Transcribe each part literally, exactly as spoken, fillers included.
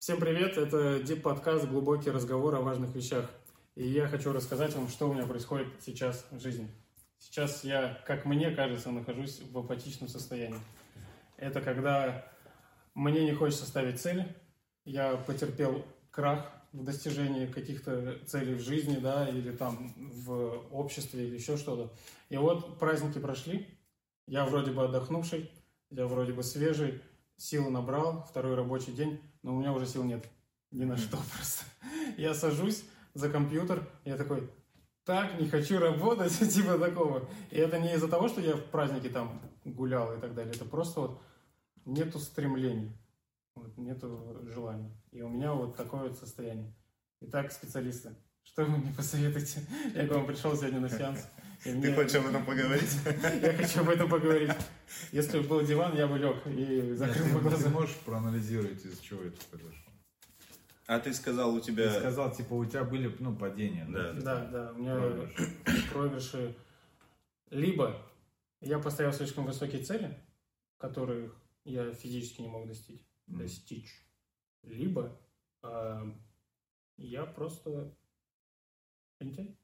Всем привет, это Дип-подкаст «Глубокий разговор о важных вещах». И я хочу рассказать вам, что у меня происходит сейчас в жизни. Сейчас я, как мне кажется, нахожусь в апатичном состоянии. Это когда мне не хочется ставить цели, я потерпел крах в достижении каких-то целей в жизни, да, или там в обществе, или еще что-то. И вот праздники прошли, я вроде бы отдохнувший, я вроде бы свежий, силы набрал, второй рабочий день, но у меня уже сил нет. Ни на что просто. Я сажусь за компьютер, я такой, так, не хочу работать, типа такого. И это не из-за того, что я в празднике там гулял и так далее. Это просто вот нету стремлений, вот, нету желания. И у меня вот такое вот состояние. Итак, специалисты, что вы мне посоветуете? Я к вам пришел сегодня на сеанс. Ты мне... хочешь об этом поговорить? Я хочу об этом поговорить. Если бы был диван, я бы лег и закрыл бы глаза. Ты можешь проанализировать, из чего это произошло? А ты сказал, у тебя... Ты сказал, типа, у тебя были, ну, падения. Да, да, да, да. У меня проигрыши. проигрыши. Либо я поставил слишком высокие цели, которых я физически не мог достичь. Mm. достичь. Либо э, я просто лентяй.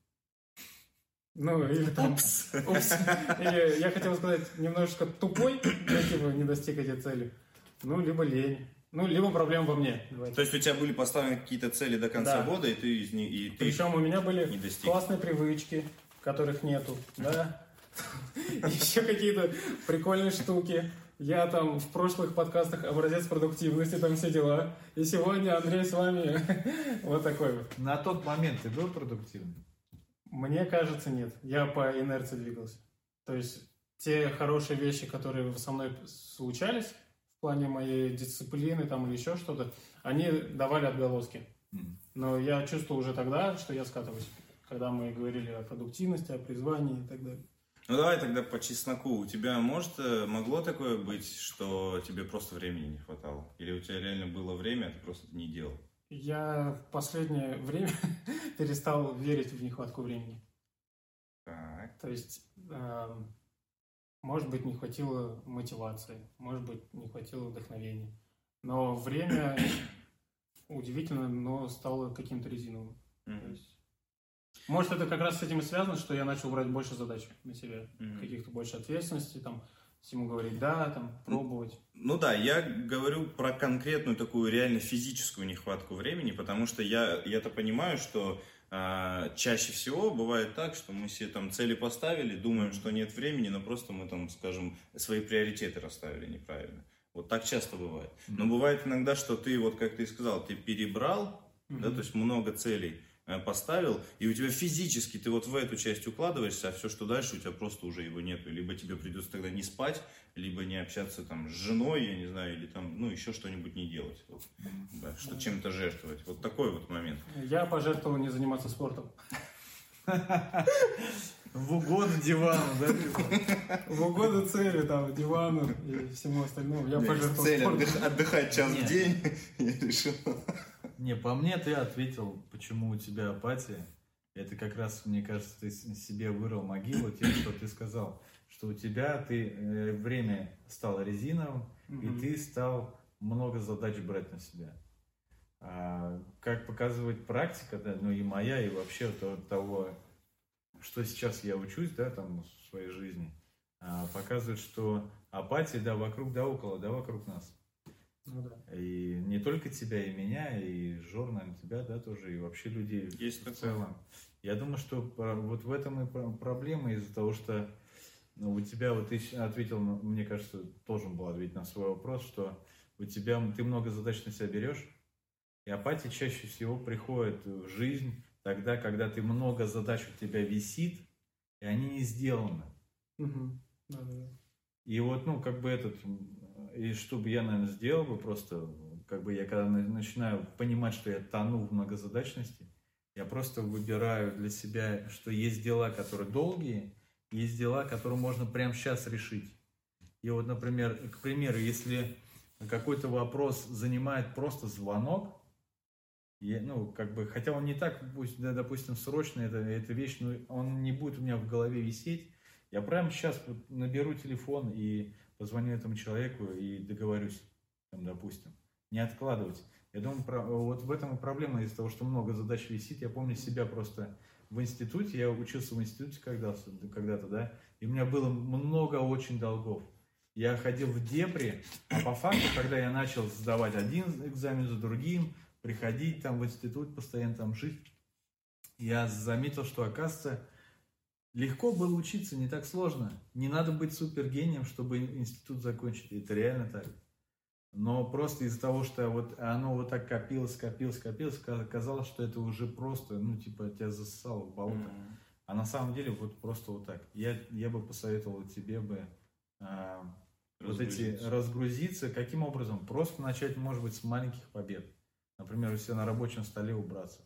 Ну, или там... Упс. Упс. Или я хотел сказать, немножечко тупой, я типа не достиг эти цели. Ну, либо лень. Ну, либо проблема во мне. Давайте. То есть у тебя были поставлены какие-то цели до конца да. года, и ты из них... И ты Причем у меня были классные привычки, которых нету, да. Еще какие-то прикольные штуки. Я там в прошлых подкастах образец продуктивности, там все дела. И сегодня Андрей с вами вот такой вот. На тот момент ты был продуктивным? Мне кажется, нет. Я по инерции двигался. То есть те хорошие вещи, которые со мной случались в плане моей дисциплины там или еще что-то, они давали отголоски. Mm. Но я чувствовал уже тогда, что я скатываюсь, когда мы говорили о продуктивности, о призвании и так далее. Ну давай тогда по чесноку. У тебя может, могло такое быть, что тебе просто времени не хватало? Или у тебя реально было время, а ты просто это не делал? Я в последнее время перестал верить в нехватку времени. Так. То есть, э, может быть, не хватило мотивации, может быть, не хватило вдохновения. Но время, удивительно, но стало каким-то резиновым. Mm-hmm. То есть, может, это как раз с этим и связано, что я начал брать больше задач на себя, mm-hmm. каких-то больше ответственности, там, всему говорить «да», там, пробовать. Ну да, я говорю про конкретную такую реально физическую нехватку времени, потому что я, я-то понимаю, что э, чаще всего бывает так, что мы себе там цели поставили, думаем, что нет времени, но просто мы там, скажем, свои приоритеты расставили неправильно. Вот так часто бывает. Mm-hmm. Но бывает иногда, что ты, вот как ты сказал, ты перебрал, mm-hmm. да, то есть много целей поставил, и у тебя физически ты вот в эту часть укладываешься, а все, что дальше, у тебя просто уже его нету. Либо тебе придется тогда не спать, либо не общаться там с женой, я не знаю, или там, ну, еще что-нибудь не делать. Вот, да, что чем-то жертвовать. Вот такой вот момент. Я пожертвовал не заниматься спортом. В угоду дивану, да? В угоду цели, там, дивану и всему остальному. Я пожертвовал цель спортом. Отдыхать час в день, я решил. Не, по мне ты ответил, почему у тебя апатия. Это как раз, мне кажется, ты себе вырыл могилу тем, что ты сказал, что у тебя ты э, время стало резиновым, mm-hmm. и ты стал много задач брать на себя. А, как показывает практика, да, ну и моя, и вообще то, того, что сейчас я учусь, да, там в своей жизни, а, показывает, что апатия, да, вокруг, да, около, да, вокруг нас. Ну, да. И не только тебя, и меня, и Жор, наверное, тебя, да, тоже, и вообще людей есть в целом. Я думаю, что вот в этом и проблема из-за того, что ну, у тебя, вот ты ответил, мне кажется, должен был ответить на свой вопрос, что у тебя, ты много задач на себя берешь, и апатия чаще всего приходит в жизнь тогда, когда ты много задач у тебя висит, и они не сделаны. Угу. Да, да, да. И вот, ну, как бы этот... И что бы я, наверное, сделал бы просто, как бы я когда начинаю понимать, что я тону в многозадачности, я просто выбираю для себя, что есть дела, которые долгие, есть дела, которые можно прямо сейчас решить. И вот, например, к примеру, если какой-то вопрос занимает просто звонок, я, ну, как бы, хотя он не так, пусть, да, допустим, срочно, это, эта вещь, но он не будет у меня в голове висеть, я прямо сейчас вот наберу телефон и позвоню этому человеку и договорюсь, там, допустим, не откладывать. Я думаю, про, вот в этом и проблема из-за того, что много задач висит. Я помню себя просто в институте, я учился в институте когда-то, когда-то, да, и у меня было много очень долгов. Я ходил в депри, а по факту, когда я начал сдавать один экзамен за другим, приходить там в институт, постоянно там жить, я заметил, что, оказывается, легко было учиться, не так сложно. Не надо быть супергением, чтобы институт закончить. Это реально так. Но просто из-за того, что вот оно вот так копилось, копилось, копилось, казалось, что это уже просто, ну, типа, тебя засосало в болото. Mm-hmm. А на самом деле вот просто вот так. Я, я бы посоветовал тебе бы а, вот эти разгрузиться. Каким образом? Просто начать, может быть, с маленьких побед. Например, у себя на рабочем столе убраться.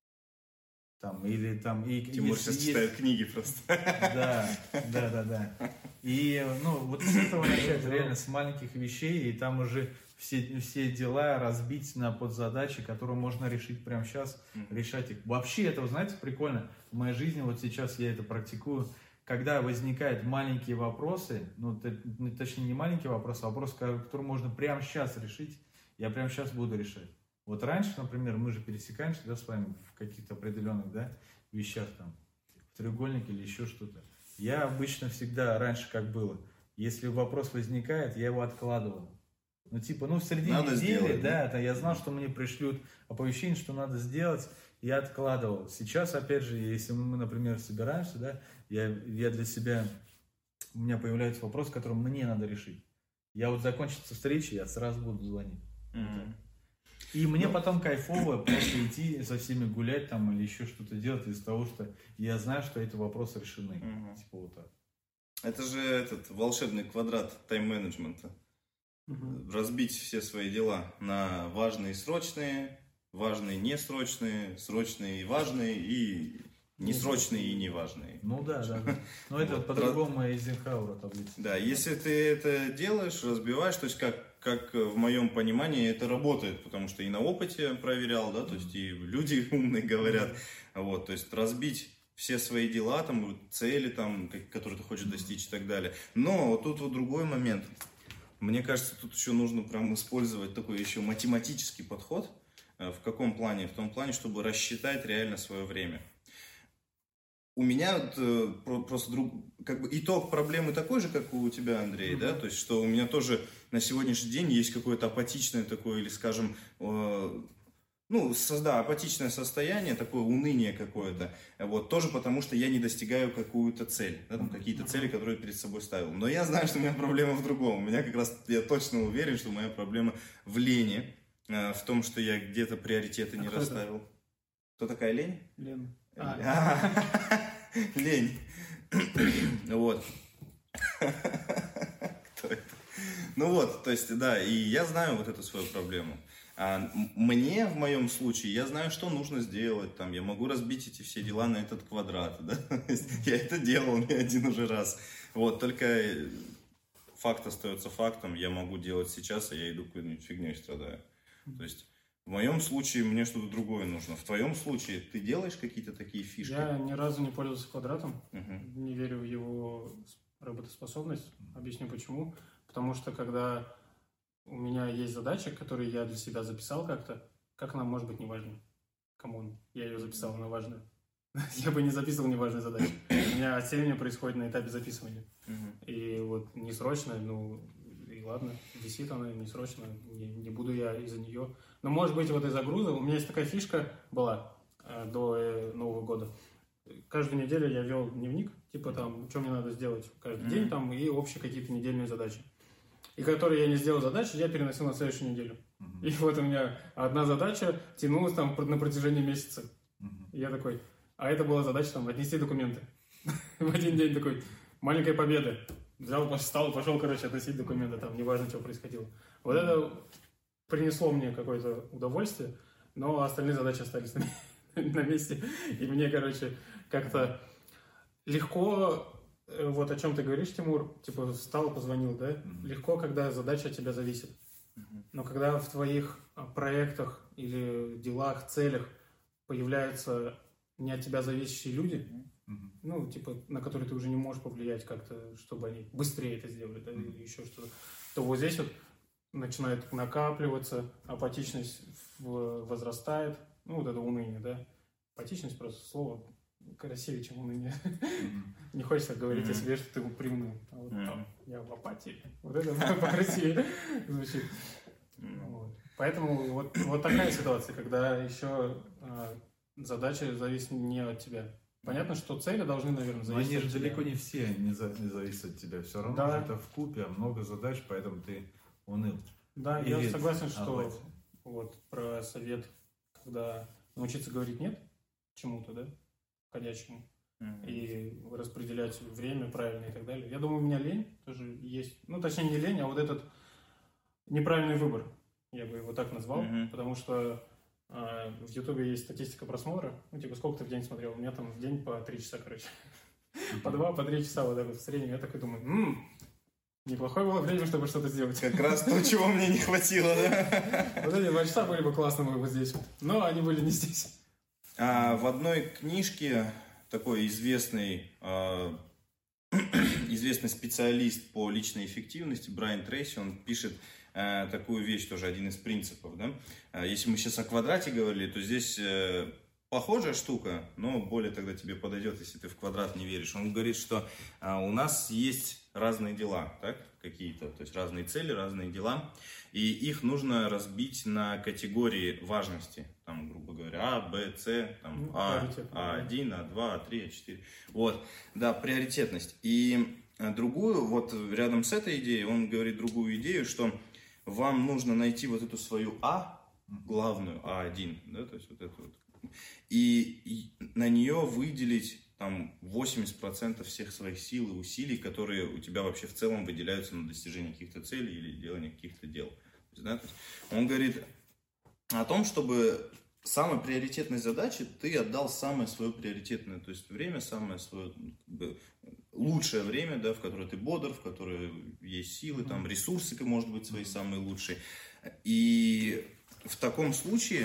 Там, или там... И, Тимур сейчас есть... читает книги просто. Да, да, да, да. И, ну, вот с этого начать реально с маленьких вещей, и там уже все, все дела разбить на подзадачи, которые можно решить прямо сейчас, mm-hmm. решать их. Вообще, это, знаете, прикольно. В моей жизни вот сейчас я это практикую. Когда возникают маленькие вопросы, ну, точнее, не маленькие вопросы, а вопросы, которые можно прямо сейчас решить, я прямо сейчас буду решать. Вот раньше, например, мы же пересекаемся, да, с вами в каких-то определенных, да, вещах, там, в треугольнике или еще что-то. Я обычно всегда, раньше как было, если вопрос возникает, я его откладывал. Ну, типа, ну, в середине надо недели, сделать, да, да, я знал, что мне пришлют оповещение, что надо сделать, я откладывал. Сейчас, опять же, если мы, например, собираемся, да, я, я для себя, у меня появляется вопрос, который мне надо решить. Я вот закончится встреча, я сразу буду звонить. Mm-hmm. И мне ну, потом кайфово просто идти со всеми гулять там или еще что-то делать из-за того, что я знаю, что эти вопросы решены. Угу. Типа вот так. Это же этот волшебный квадрат тайм-менеджмента. Угу. Разбить все свои дела на важные и срочные, важные и несрочные, срочные и важные, и несрочные и неважные. Ну да, да. да. Но это вот. По-другому Эйзенхауэра таблица. Да, если ты это делаешь, разбиваешь, то есть как как в моем понимании это работает, потому что и на опыте проверял, да, то есть и люди умные говорят, вот, то есть разбить все свои дела, там, цели, там, которые ты хочешь достичь и так далее. Но вот тут вот другой момент. Мне кажется, тут еще нужно прям использовать такой еще математический подход. В каком плане? В том плане, чтобы рассчитать реально свое время. У меня вот, просто друг, как бы итог проблемы такой же, как у тебя, Андрей, mm-hmm. да, то есть, что у меня тоже на сегодняшний день есть какое-то апатичное такое, или, скажем, э, ну, да, апатичное состояние, такое уныние какое-то, вот, тоже потому, что я не достигаю какую-то цель, да, там, какие-то цели, которые перед собой ставил. Но я знаю, что у меня проблема в другом, у меня как раз, я точно уверен, что моя проблема в лени, э, в том, что я где-то приоритеты не а расставил. Это? Кто такая лень? Лен. А. Лень. Вот. Кто это? Ну вот, то есть, да, и я знаю вот эту свою проблему. А мне, в моем случае, я знаю, что нужно сделать. Там, я могу разбить эти все дела на этот квадрат. Да? Я это делал не один уже раз. Вот, только факт остается фактом. Я могу делать сейчас, а я иду какой-нибудь фигней страдаю. То есть, в моем случае мне что-то другое нужно. В твоем случае ты делаешь какие-то такие фишки? Я ни разу не пользовался квадратом. Uh-huh. Не верю в его работоспособность. Объясню почему. Потому что когда у меня есть задача, которую я для себя записал как-то, как она может быть неважной? Камон, я ее записал, она важная. Я бы не записывал неважные задачи. У меня отсеивание происходит на этапе записывания. Uh-huh. И вот несрочно, ну и ладно, висит она несрочно, не, не буду я из-за нее. Но может быть вот из-за груза, у меня есть такая фишка была э, до э, Нового года. Каждую неделю я вел дневник, типа там, что мне надо сделать каждый mm-hmm. день, там, и общие какие-то недельные задачи. И которые я не сделал задачи, я переносил на следующую неделю. Mm-hmm. И вот у меня одна задача тянулась там на протяжении месяца. Mm-hmm. И я такой, а это была задача там отнести документы. В один день такой, маленькая победа. Взял, встал, пошел, короче, относить документы, там, неважно, что происходило. Вот это принесло мне какое-то удовольствие, но остальные задачи остались на, на месте. И мне, короче, как-то легко, вот о чем ты говоришь, Тимур, типа встал, позвонил, да? Mm-hmm. Легко, когда задача от тебя зависит. Mm-hmm. Но когда в твоих проектах или делах, целях появляются не от тебя зависящие люди, mm-hmm. ну, типа, на которые ты уже не можешь повлиять как-то, чтобы они быстрее это сделали, да, mm-hmm. или еще что-то, то вот здесь вот начинает накапливаться, апатичность в- возрастает. Ну, вот это уныние, да. Апатичность просто слово красивее, чем уныние. Не хочется говорить о себе, что ты приуныл. А вот там, я в апатии. Вот это покрасивее звучит. Вот. Поэтому вот, вот такая ситуация, когда еще э, задача зависит не от тебя. Понятно, что цели должны, наверное, Но зависеть они от же тебя. далеко не все не, за- не зависят от тебя. Все равно Да. же это вкупе, много задач, поэтому ты уныл. Да, И я ведь согласен, что апатия. вот про совет, когда научиться говорить нет чему-то, да, входящему, и распределять время правильно и так далее. Я думаю, у меня лень тоже есть. Ну, точнее, не лень, а вот этот неправильный выбор. Я бы его так назвал, Мгм. потому что э, в Ютубе есть статистика просмотра. Ну, типа, сколько ты в день смотрел? У меня там в день по три часа, короче. По два, по три часа вот так вот в среднем. Я такой думаю, «М, неплохое было время, чтобы что-то сделать. Как раз то, чего мне не хватило, да? Вот эти два часа были бы классными вот здесь. Но они были не здесь. А в одной книжке такой известный, а, известный специалист по личной эффективности Брайан Трейси, он пишет а, такую вещь, тоже один из принципов. Да? А, если мы сейчас о квадрате говорили, то здесь э, похожая штука, но более тогда тебе подойдет, если ты в квадрат не веришь. Он говорит, что а, у нас есть разные дела, так, какие-то, то есть разные цели, разные дела, и их нужно разбить на категории важности, там, грубо говоря, А, Б, С, там, Ну, А, приоритет, А да. один, А два, А три, А четыре, вот, да, приоритетность. И э, другую, вот рядом с этой идеей, он говорит другую идею, что вам нужно найти вот эту свою А, главную, А один, да, то есть вот эту вот, и, и на нее выделить там восемьдесят процентов всех своих сил и усилий, которые у тебя вообще в целом выделяются на достижение каких-то целей или делание каких-то дел. То есть, да, то есть он говорит о том, чтобы самой приоритетной задаче ты отдал самое свое приоритетное, то есть время, самое свое как бы, лучшее время, да, в которое ты бодр, в которое есть силы, там, ресурсы, может быть, свои самые лучшие. И в таком случае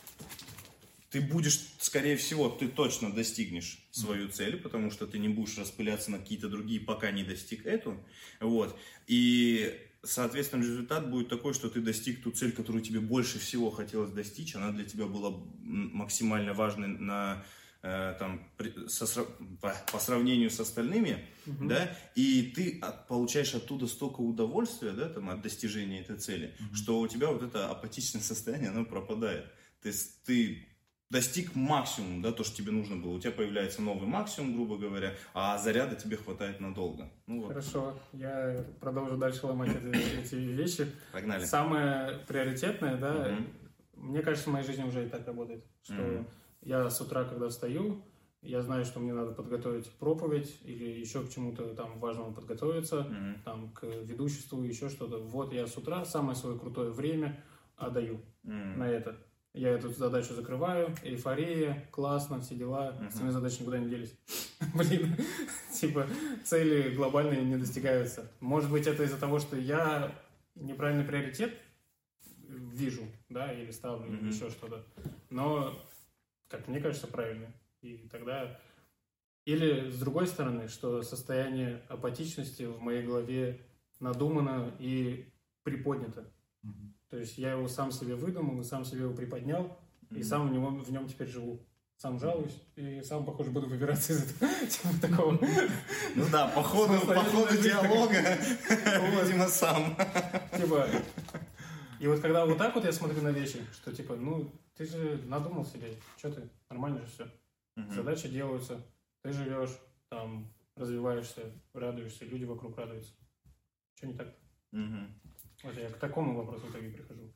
ты будешь, скорее всего, ты точно достигнешь свою цель, потому что ты не будешь распыляться на какие-то другие, пока не достиг эту. Вот. И, соответственно, результат будет такой, что ты достиг ту цель, которую тебе больше всего хотелось достичь. Она для тебя была максимально важной на, э, там, при- со сра- по, по сравнению с остальными. Мгм. Да? И ты от- получаешь оттуда столько удовольствия, да, там, от достижения этой цели, что у тебя вот это апатичное состояние, оно пропадает. То есть ты достиг максимум, да, то, что тебе нужно было. У тебя появляется новый максимум, грубо говоря, а заряда тебе хватает надолго. Ну вот, Хорошо, я продолжу дальше ломать эти, эти вещи. погнали. Самое приоритетное, да, Мгм. мне кажется, в моей жизни уже и так работает, что Мгм. я с утра, когда встаю, я знаю, что мне надо подготовить проповедь или еще к чему-то там важному подготовиться, Мгм. там к ведуществу, еще что-то. Вот я с утра самое свое крутое время отдаю М. на это. Я эту задачу закрываю, эйфория, классно, все дела, Мгм. остальные задачи никуда не делись. Блин, типа цели глобальные не достигаются. Может быть, это из-за того, что я неправильный приоритет вижу, да, или ставлю, или Мгм. еще что-то. Но, как мне кажется, правильно. И тогда... Или, с другой стороны, что состояние апатичности в моей голове надумано и приподнято. Мгм. То есть я его сам себе выдумал, и сам себе его приподнял, и Мгм. сам в, него, в нем теперь живу. Сам жалуюсь, и сам, похоже, буду выбираться из этого, типа такого. Ну да, по ходу, по Самостоятельная ходу жизнь. диалога, видимо, сам. Типа, и вот когда вот так вот я смотрю на вещи, что типа, ну, ты же надумал себе, что ты, нормально же все. Мгм. Задачи делаются, ты живешь, там, развиваешься, радуешься, люди вокруг радуются. Что не так? Мгм. Вот я к такому вопросу в итоге прихожу.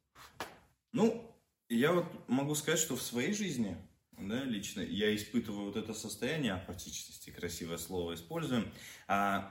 Ну, я вот могу сказать, что в своей жизни, да, лично, я испытываю вот это состояние апатичности, красивое слово используем, а,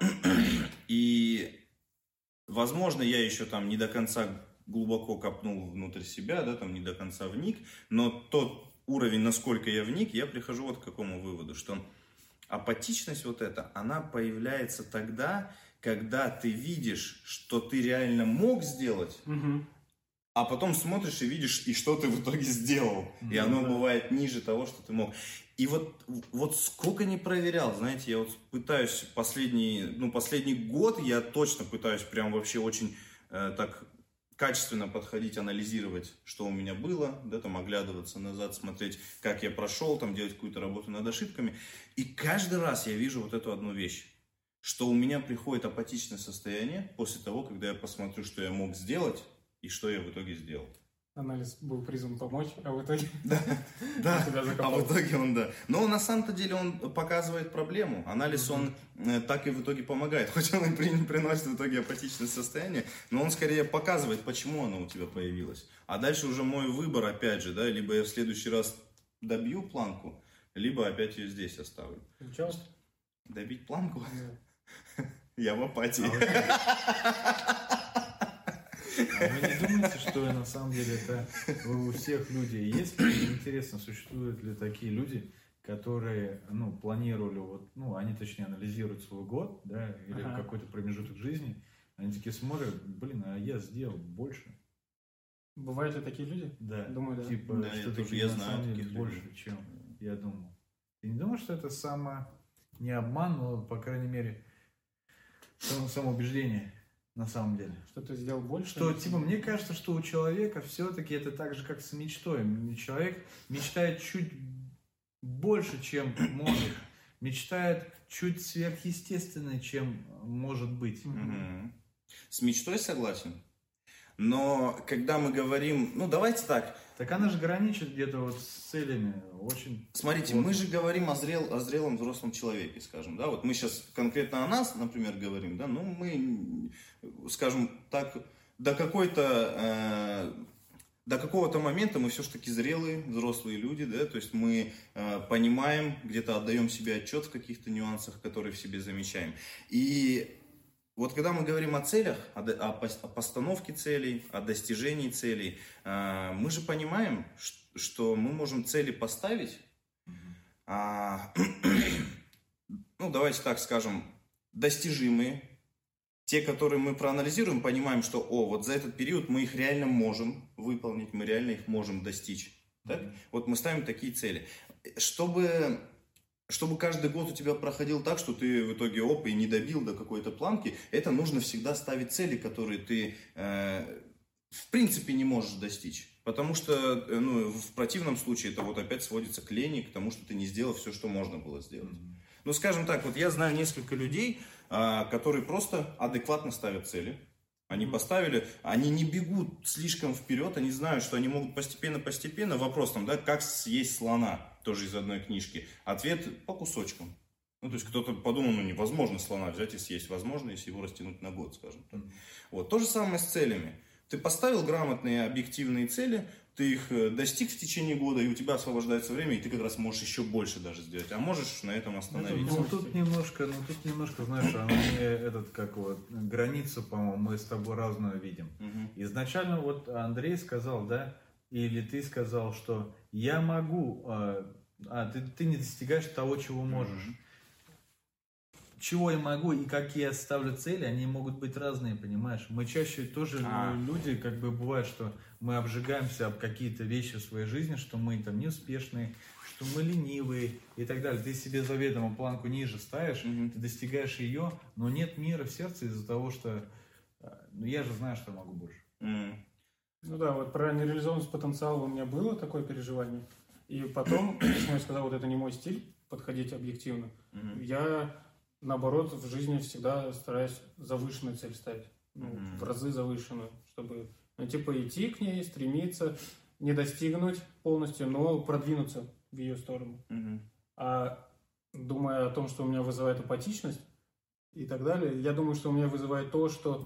и, возможно, я еще там не до конца глубоко копнул внутрь себя, да, там не до конца вник, но тот уровень, насколько я вник, я прихожу вот к какому выводу, что апатичность вот эта, она появляется тогда, когда ты видишь, что ты реально мог сделать, Угу. а потом смотришь и видишь, и что ты в итоге сделал. И Ну оно да. бывает ниже того, что ты мог. И вот, вот сколько не проверял, знаете, я вот пытаюсь последний, ну, последний год, я точно пытаюсь прям вообще очень э, так качественно подходить, анализировать, что у меня было, да, там, оглядываться назад, смотреть, как я прошел, там, делать какую-то работу над ошибками. И каждый раз я вижу вот эту одну вещь, что у меня приходит апатичное состояние после того, когда я посмотрю, что я мог сделать и что я в итоге сделал. Анализ был призван помочь, а в итоге Да, да. тебя А закопал. в итоге он, да. Но на самом-то деле он показывает проблему. Анализ, он э, так и в итоге помогает. Хоть он и при- приносит в итоге апатичное состояние, но он скорее показывает, почему оно у тебя появилось. А дальше уже мой выбор, опять же, да, либо я в следующий раз добью планку, либо опять ее здесь оставлю. Получалось? Добить планку? Да. Я в апатии. А вы не думаете, что на самом деле это у всех людей есть? Интересно, существуют ли такие люди, которые, ну, планировали, вот, ну, они, точнее, анализируют свой год, да, или Ага. какой-то промежуток жизни, они такие смотрят, блин, а я сделал больше. Бывают ли такие люди? Да, Думаю, да. типа, Да, я что тоже- такие я на знаю самом деле таких больше, людей. чем я думал. Ты не думаешь, что это само, не обман, но, по крайней мере, само- самоубеждение на самом деле? Что ты сделал больше? Что, типа, мне кажется, что у человека все-таки это так же, как с мечтой. Человек мечтает чуть больше, чем может. Мечтает чуть сверхъестественное, чем может быть. Мгм. С мечтой согласен. Но когда мы говорим, ну давайте так, Так она же граничит где-то вот с целями. Очень... смотрите, Вот. мы же говорим о, зрел, о зрелом взрослом человеке, скажем, да, вот мы сейчас конкретно о нас, например, говорим, да, ну мы, скажем так, до какой-то, э, до какого-то момента мы все-таки зрелые, взрослые люди, да, то есть мы э, понимаем, где-то отдаем себе отчет в каких-то нюансах, которые в себе замечаем. И вот когда мы говорим о целях, о, до- о пос- о постановке целей, о достижении целей, э, мы же понимаем, ш- что мы можем цели поставить, а, ну давайте так скажем, достижимые, те, которые мы проанализируем, понимаем, что о, вот за этот период мы их реально можем выполнить, мы реально их можем достичь. Так? Вот мы ставим такие цели. Чтобы, чтобы каждый год у тебя проходил так, что ты в итоге оп, и не добил до какой-то планки, это нужно всегда ставить цели, которые ты э, в принципе не можешь достичь. Потому что э, ну, в противном случае это вот опять сводится к лени, к тому, что ты не сделал все, что можно было сделать. Ну, скажем так, вот я знаю несколько людей, а, которые просто адекватно ставят цели. Они поставили, они не бегут слишком вперед, они знают, что они могут постепенно-постепенно. Вопрос там, да, как съесть слона, тоже из одной книжки. Ответ по кусочкам. Ну, то есть кто-то подумал, ну, невозможно слона взять и съесть. Возможно, если его растянуть на год, скажем так. Вот. То же самое с целями. Ты поставил грамотные объективные цели, ты их э, достиг в течение года, и у тебя освобождается время, и ты как раз можешь еще больше даже сделать. А можешь на этом остановиться. Ну, тут немножко, ну, тут немножко, знаешь, оно мне этот, как вот, границу, по-моему, мы с тобой разную видим. Мгм. Изначально вот Андрей сказал, да, или ты сказал, что я могу, а, а, ты, ты не достигаешь того, чего можешь. Мгм. Чего я могу и какие я ставлю цели, они могут быть разные, понимаешь? Мы чаще тоже А. ну, люди, как бы бывает, что мы обжигаемся об какие-то вещи в своей жизни, что мы там неуспешные, что мы ленивые и так далее. Ты себе заведомо планку ниже ставишь, Мгм. ты достигаешь ее, но нет мира в сердце из-за того, что а, ну, я же знаю, что могу больше. М. Ну да, вот про нереализованность потенциала у меня было такое переживание. И потом, почему я сказал, вот это не мой стиль, подходить объективно. Мгм. Я, наоборот, в жизни всегда стараюсь завышенную цель ставить. Ну, Мгм. в разы завышенную, чтобы, ну, типа, идти к ней, стремиться, не достигнуть полностью, но продвинуться в ее сторону. Мгм. А думая о том, что у меня вызывает апатичность и так далее, я думаю, что у меня вызывает то, что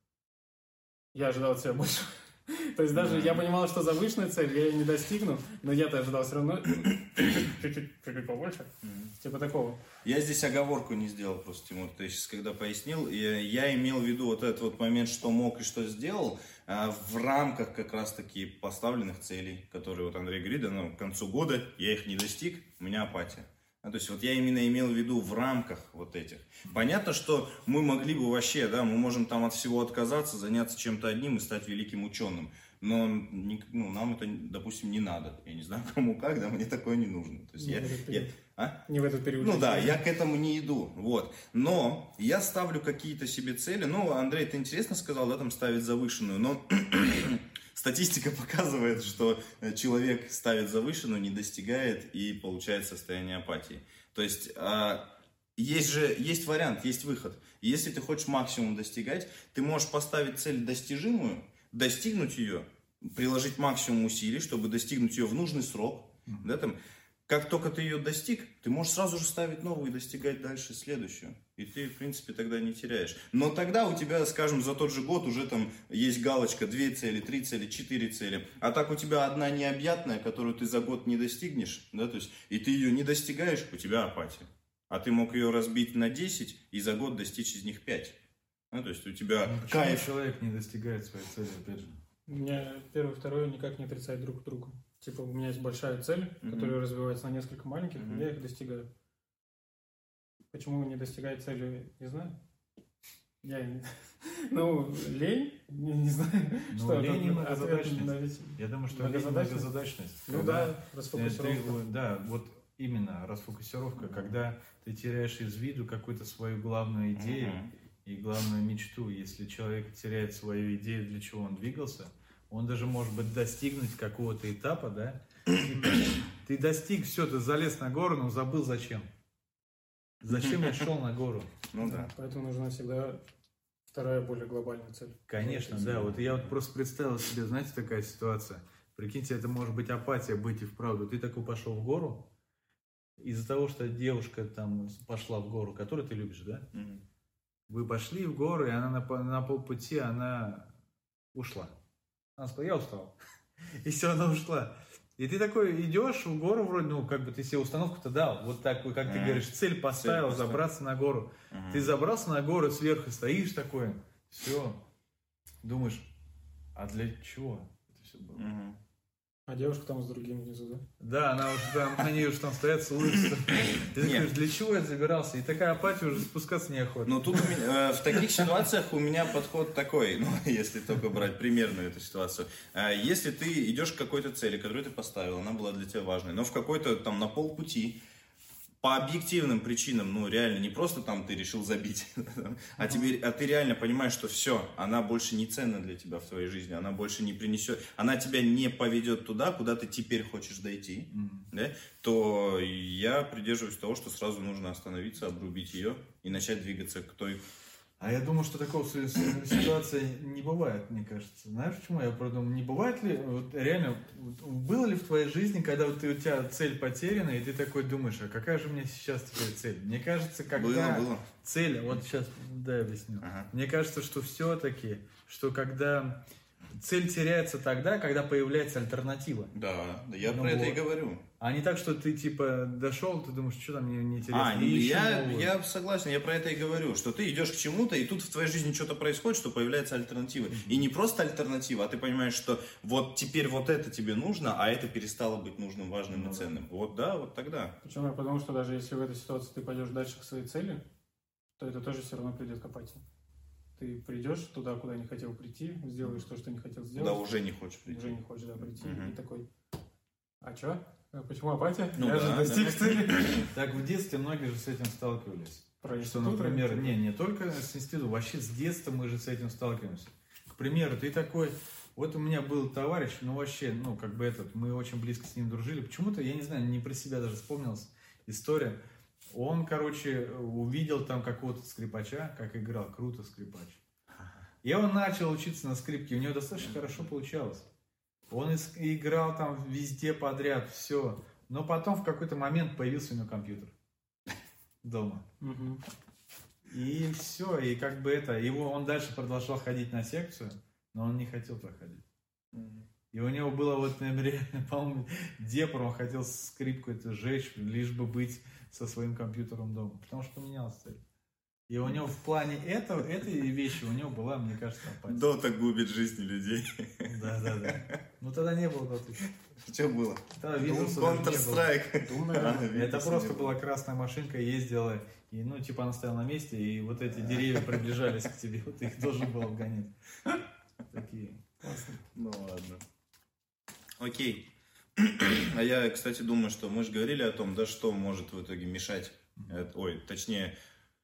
я ожидал от себя больше. То есть даже я понимал, что завышенная цель, я ее не достигну, но я-то ожидал все равно чуть-чуть, чуть-чуть побольше. Мгм. Типа такого. Я здесь оговорку не сделал просто, Тимур. Ты сейчас когда пояснил, я, я имел в виду вот этот вот момент, что мог и что сделал, а, в рамках как раз-таки поставленных целей, которые вот Андрей говорит, да, ну, к концу года я их не достиг, у меня апатия. А, то есть вот я именно имел в виду в рамках вот этих. Понятно, что мы могли бы вообще, да, мы можем там от всего отказаться, заняться чем-то одним и стать великим ученым. но не, ну, нам это, допустим, не надо. Я не знаю, кому как, да, мне такое не нужно. То есть не, я, в этот я, период. а? Не в этот период. Ну да, я к этому не иду. Вот. Но я ставлю какие-то себе цели. Ну, Андрей, ты интересно сказал, да, там ставить завышенную, но статистика показывает, что человек ставит завышенную, не достигает и получает состояние апатии. То есть есть же есть вариант, есть выход. Если ты хочешь максимум достигать, ты можешь поставить цель достижимую, достигнуть ее, приложить максимум усилий, чтобы достигнуть ее в нужный срок. Mm-hmm. Да, там, как только ты ее достиг, ты можешь сразу же ставить новую и достигать дальше следующую. И ты, в принципе, тогда не теряешь. Но тогда у тебя, скажем, за тот же год уже там есть галочка, две цели, три цели, четыре цели. А так у тебя одна необъятная, которую ты за год не достигнешь, да, то есть, и ты ее не достигаешь, у тебя апатия. А ты мог ее разбить на десять и за год достичь из них пять. Ну, то есть у тебя ну, кайф. Человек не достигает своей цели, опять же. У меня первое и второе никак не отрицает друг друга. Типа у меня есть большая цель, mm-hmm. которая развивается на несколько маленьких, mm-hmm. и я их достигаю. Почему не достигает цели, не знаю. Я не... Ну, лень, не, не знаю. Ну, что лень и это, многозадачность. Я думаю, что лень и многозадачность. Ну когда, да, расфокусировка. Ты, да, вот именно расфокусировка, mm-hmm. когда ты теряешь из виду какую-то свою главную идею mm-hmm. и главную мечту. Если человек теряет свою идею, для чего он двигался, он даже может быть достигнуть какого-то этапа, да? Типа, ты достиг, все, ты залез на гору, но забыл зачем. Зачем я шел на гору? Ну да. Поэтому нужна всегда вторая более глобальная цель. Конечно, да. Вот я вот просто представил себе, знаете, такая ситуация. Прикиньте, это может быть апатия быть и вправду. Ты такой пошел в гору, из-за того, что девушка там пошла в гору, которую ты любишь, да? Mm-hmm. Вы пошли в гору, и она на, на полпути, она ушла. Она сказала, я устал. И все, она ушла. И ты такой идешь в гору вроде, ну, как бы ты себе установку-то дал. Вот так, как mm-hmm. ты говоришь, цель поставил, цель забраться на гору. Mm-hmm. Ты забрался на гору, сверху стоишь такой, все. Думаешь, а для чего это все было? Mm-hmm. А девушка там с другим внизу, да? Да, она уже там, они уже там стоят, целуются. Ты думаешь, для чего я забирался? И такая апатия уже спускаться неохота. Ну, тут у меня, э, в таких ситуациях у меня подход такой, ну, если только брать примерную эту ситуацию. Э, если ты идешь к какой-то цели, которую ты поставил, она была для тебя важной, но в какой-то там на полпути, по объективным причинам, ну, реально, не просто там ты решил забить, а, тебе, а ты реально понимаешь, что все, она больше не ценна для тебя в твоей жизни, она больше не принесет, она тебя не поведет туда, куда ты теперь хочешь дойти, mm-hmm. да, то я придерживаюсь того, что сразу нужно остановиться, обрубить ее и начать двигаться к той. А я думаю, что такого ситуации не бывает, мне кажется. Знаешь, почему я продумал? Не бывает ли, вот реально, было ли в твоей жизни, когда вот ты, у тебя цель потеряна, и ты такой думаешь, а какая же у меня сейчас теперь цель? Мне кажется, когда было, было. цель, вот сейчас, да, объясню. Ага. Мне кажется, что все-таки, что когда цель теряется тогда, когда появляется альтернатива. Да, да я ну про вот. это и говорю. А не так, что ты типа дошел, ты думаешь, что там мне не интересно. А, я, я согласен, я про это и говорю, что ты идешь к чему-то, и тут в твоей жизни что-то происходит, что появляется альтернатива. Mm-hmm. И не просто альтернатива, а ты понимаешь, что вот теперь вот это тебе нужно, а это перестало быть нужным, важным mm-hmm. и ценным. Вот да, вот тогда. Причем я подумал, что даже если в этой ситуации ты пойдешь дальше к своей цели, то это тоже все равно придет к апатии. Ты придешь туда, куда не хотел прийти, сделаешь то, что не хотел сделать. Да, уже не хочешь прийти. Уже не хочешь, да, прийти. Mm-hmm. И такой, а что? Почему апатия? Ну, я да, же достиг да. цели. Так в детстве многие же с этим сталкивались. Про что, например, не, не только с института, вообще с детства мы же с этим сталкиваемся. К примеру, ты такой, вот у меня был товарищ, ну вообще, ну как бы этот, мы очень близко с ним дружили. Почему-то, я не знаю, не про себя даже вспомнилась история. Он, короче, увидел там какого-то скрипача, как играл, круто скрипач. И он начал учиться на скрипке, у него достаточно хорошо получалось. Он играл там везде подряд, все. Но потом в какой-то момент появился у него компьютер дома. Угу. И все, и как бы это, его, он дальше продолжал ходить на секцию, но он не хотел туда ходить. Угу. И у него было вот, реально, по-моему, депр, он хотел скрипку эту сжечь, лишь бы быть со своим компьютером дома, потому что поменялась цель. И у него в плане этого, этой вещи у него была, мне кажется, апатия. Дота губит жизни людей. Да, да, да. Ну тогда не было доты. Что было? Counter-Strike. Это просто была красная машинка, ездила, и ну типа она стояла на месте, и вот эти деревья приближались к тебе, вот их должен был обгонять. Такие. Классно. Ну ладно. Окей. А я, кстати, думаю, что мы же говорили о том, да, что может в итоге мешать, э, ой, точнее,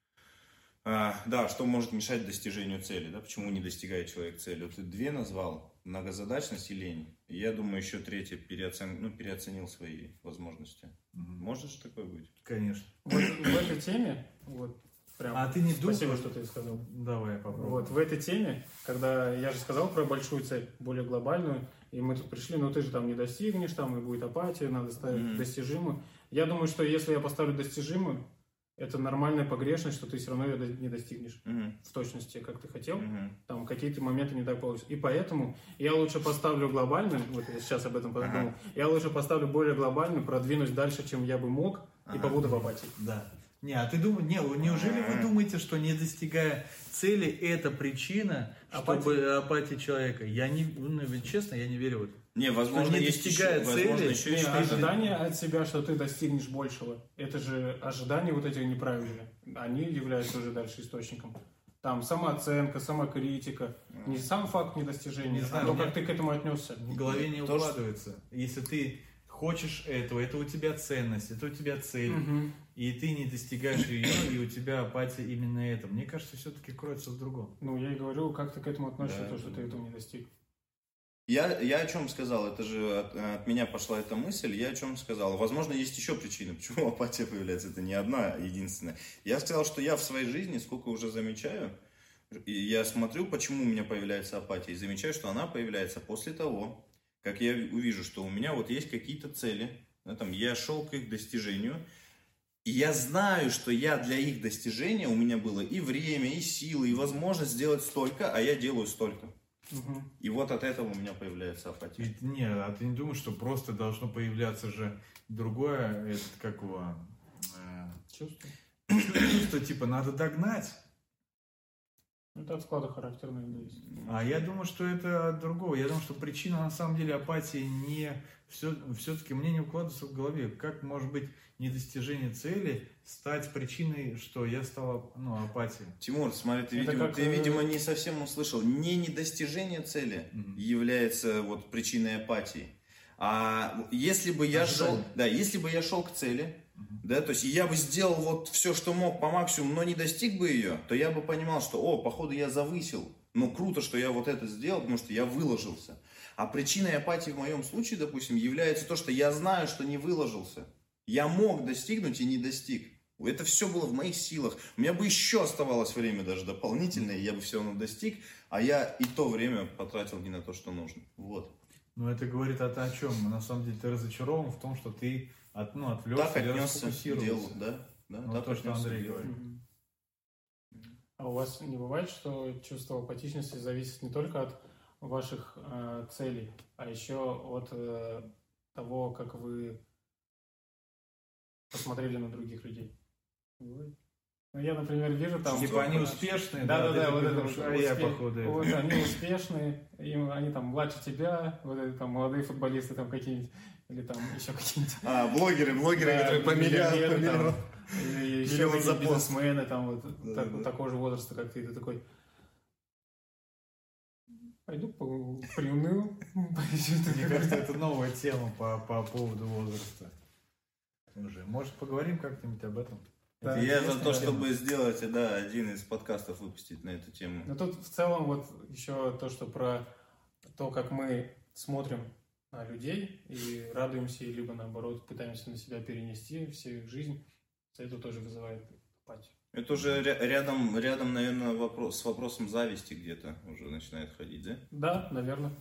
а, да, что может мешать достижению цели, да, почему не достигает человек цели. Вот ты две назвал, многозадачность и лень. И я думаю, еще третье, переоцен... ну, переоценил свои возможности. Мгм. Может же такое быть? Конечно. Вот в этой теме, вот прям, А ты не спасибо, думаешь? что ты сказал. Давай я попробую. Вот в этой теме, когда я же сказал про большую цель, более глобальную, и мы тут пришли, но ты же там не достигнешь, там и будет апатия, надо ставить Мгм. достижимую. Я думаю, что если я поставлю достижимую, это нормальная погрешность, что ты все равно ее до- не достигнешь Мгм. в точности, как ты хотел. Мгм. Там какие-то моменты не так получатся. И поэтому я лучше поставлю глобальную, вот я сейчас об этом подумал, я лучше поставлю более глобальную, продвинусь дальше, чем я бы мог, и Ага. побуду в апатии. Да. Не, а ты думаешь, не, неужели вы думаете, что не достигая цели, это причина, Апатии? чтобы апатии человека? Я не, ну, ведь честно, я не верю в это. Не, возможно, не есть еще, достигая возможно, цели, еще Не, есть что-то. ожидания от себя, что ты достигнешь большего, это же ожидания вот эти неправильные. Они являются уже дальше источником. Там самооценка, самокритика. Не сам факт недостижения, Не знаю, а то, у меня- как ты к этому отнесся. В голове не То, что- укладывается. Если ты хочешь этого, это у тебя ценность, это у тебя цель, Мгм. и ты не достигаешь ее, и у тебя апатия именно это. Мне кажется, все-таки кроется в другом. Ну, я и говорю, как ты к этому относишься, Да, то, что да, ты да. этого не достиг. Я, я о чем сказал, это же от, от меня пошла эта мысль, я о чем сказал. Возможно, есть еще причины, почему апатия появляется, это не одна единственная. Я сказал, что я в своей жизни, сколько уже замечаю, и я смотрю, почему у меня появляется апатия, и замечаю, что она появляется после того, как я увижу, что у меня вот есть какие-то цели, да, там, я шел к их достижению, и я знаю, что я для их достижения, у меня было и время, и силы, и возможность сделать столько, а я делаю столько. Мгм. И вот от этого у меня появляется апатия. И, не, а ты не думаешь, что просто должно появляться же другое, это как его, э, Чувство. чувство, типа, надо догнать. Это от склада характера, наверное, есть. А я думаю, что это от другого. Я думаю, что причина на самом деле апатии не... Все, все-таки мне не укладывается в голове. Как может быть недостижение цели стать причиной, что я стал, ну, апатией? Тимур, смотри, ты, Это видимо, как, ты, э, видимо, не совсем услышал. Не недостижение цели Мгм. является вот причиной апатии. А если бы я шел, Ожидание. да, если бы я шел к цели, да, то есть я бы сделал вот все, что мог по максимуму, но не достиг бы ее, то я бы понимал, что, о, походу я завысил. Ну, круто, что я вот это сделал, потому что я выложился. А причиной апатии в моем случае, допустим, является то, что я знаю, что не выложился. Я мог достигнуть и не достиг. Это все было в моих силах. У меня бы еще оставалось время даже дополнительное, и я бы все равно достиг, а я и то время потратил не на то, что нужно. Вот. Ну, это говорит о, о чем? На самом деле ты разочарован в том, что ты от, ну, отвлекся Так или отнесся к расфокусировался. делу, да? Да, Ну, так то, что отнесся Андрей к делу. говорит. Мгм. А у вас не бывает, что чувство апатичности зависит не только от ваших э, целей, а еще от э, того, как вы посмотрели на других людей? Бывает? Ну, я, например, вижу там... Типа они э, успешные, Да, да, ты да, вот это думаешь, вот, а я, успех- походу, вот это. они успешные, им, они там младше тебя, вот это там молодые футболисты там какие-нибудь, или там еще какие-нибудь. А, блогеры, блогеры, Да, которые по миллиарду, миллионеры по миллиону. там, или еще Миллион за какие-то пост. бизнесмены там вот Да, так- да, да. такого же возраста, как ты, ты такой. Пойду по- приуныл. Мне кажется, это новая тема по, по поводу возраста. Уже. Может, поговорим как-нибудь об этом? Да, Я за интересная то, тема. чтобы сделать, да, один из подкастов выпустить на эту тему. Но тут в целом вот еще то, что про то, как мы смотрим на людей и радуемся, и либо наоборот пытаемся на себя перенести всю их жизнь, это тоже вызывает апатию. Это уже ря- рядом, рядом, наверное, вопрос, с вопросом зависти где-то уже начинает ходить, да? Да, наверное.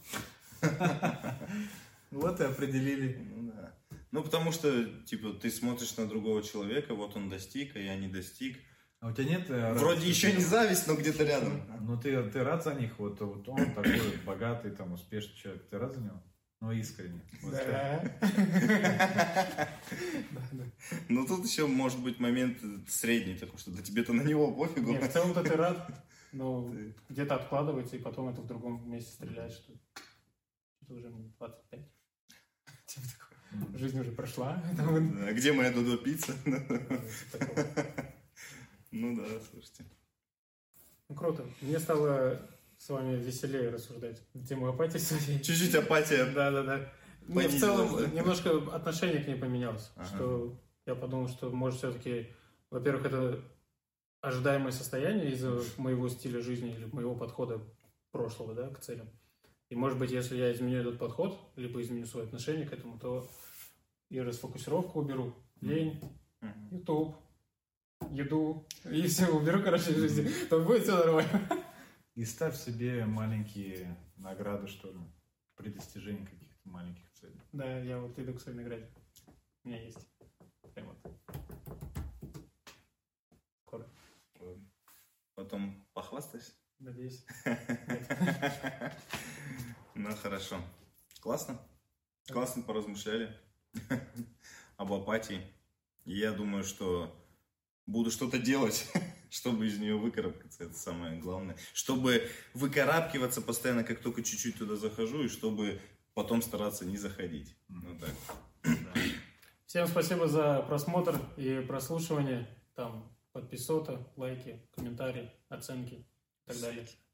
Вот и определили. Ну, да. Ну, потому что, типа, ты смотришь на другого человека, вот он достиг, а я не достиг. А у тебя нет... э, Вроде радости? еще не зависть, но где-то рядом. Ну, ты, ты рад за них? Вот, вот он такой богатый, там, успешный человек. Ты рад за него? Ну, искренне. Вот так. Да. Но тут еще может быть момент средний такой, что да тебе-то на него пофигу. Не, в целом-то ты рад, но Ты- где-то откладывается, и потом это в другом месте стреляет, что это уже мне двадцать пять. Типа такое. Жизнь уже прошла. Там, Да, где моя Додо пицца? типа такого. Ну да, слушайте. Ну, круто. Мне стало с вами веселее рассуждать. Тему апатии своей. Чуть-чуть апатия. Да-да-да. Мне в целом немножко отношение к ней поменялось. Ага. Что я подумал, что может все-таки, во-первых, это ожидаемое состояние из-за моего стиля жизни или моего подхода прошлого, да, к целям. И может быть, если я изменю этот подход, либо изменю свое отношение к этому, то я расфокусировку уберу, лень, YouTube, еду, и все уберу, короче, в жизни, то будет все нормально. И ставь себе маленькие награды, что ли, при достижении каких-то маленьких целей. Да, я вот иду к своей награде. У меня есть. Прям вот. Скоро. Потом похвастайся. Надеюсь. Ну, хорошо. Классно. Классно поразмышляли об апатии. И я думаю, что буду что-то делать, чтобы из нее выкарабкаться. Это самое главное. Чтобы выкарабкиваться постоянно, как только чуть-чуть туда захожу, и чтобы потом стараться не заходить. Ну так. Всем спасибо за просмотр и прослушивание. Там подписота, лайки, комментарии, оценки и так далее.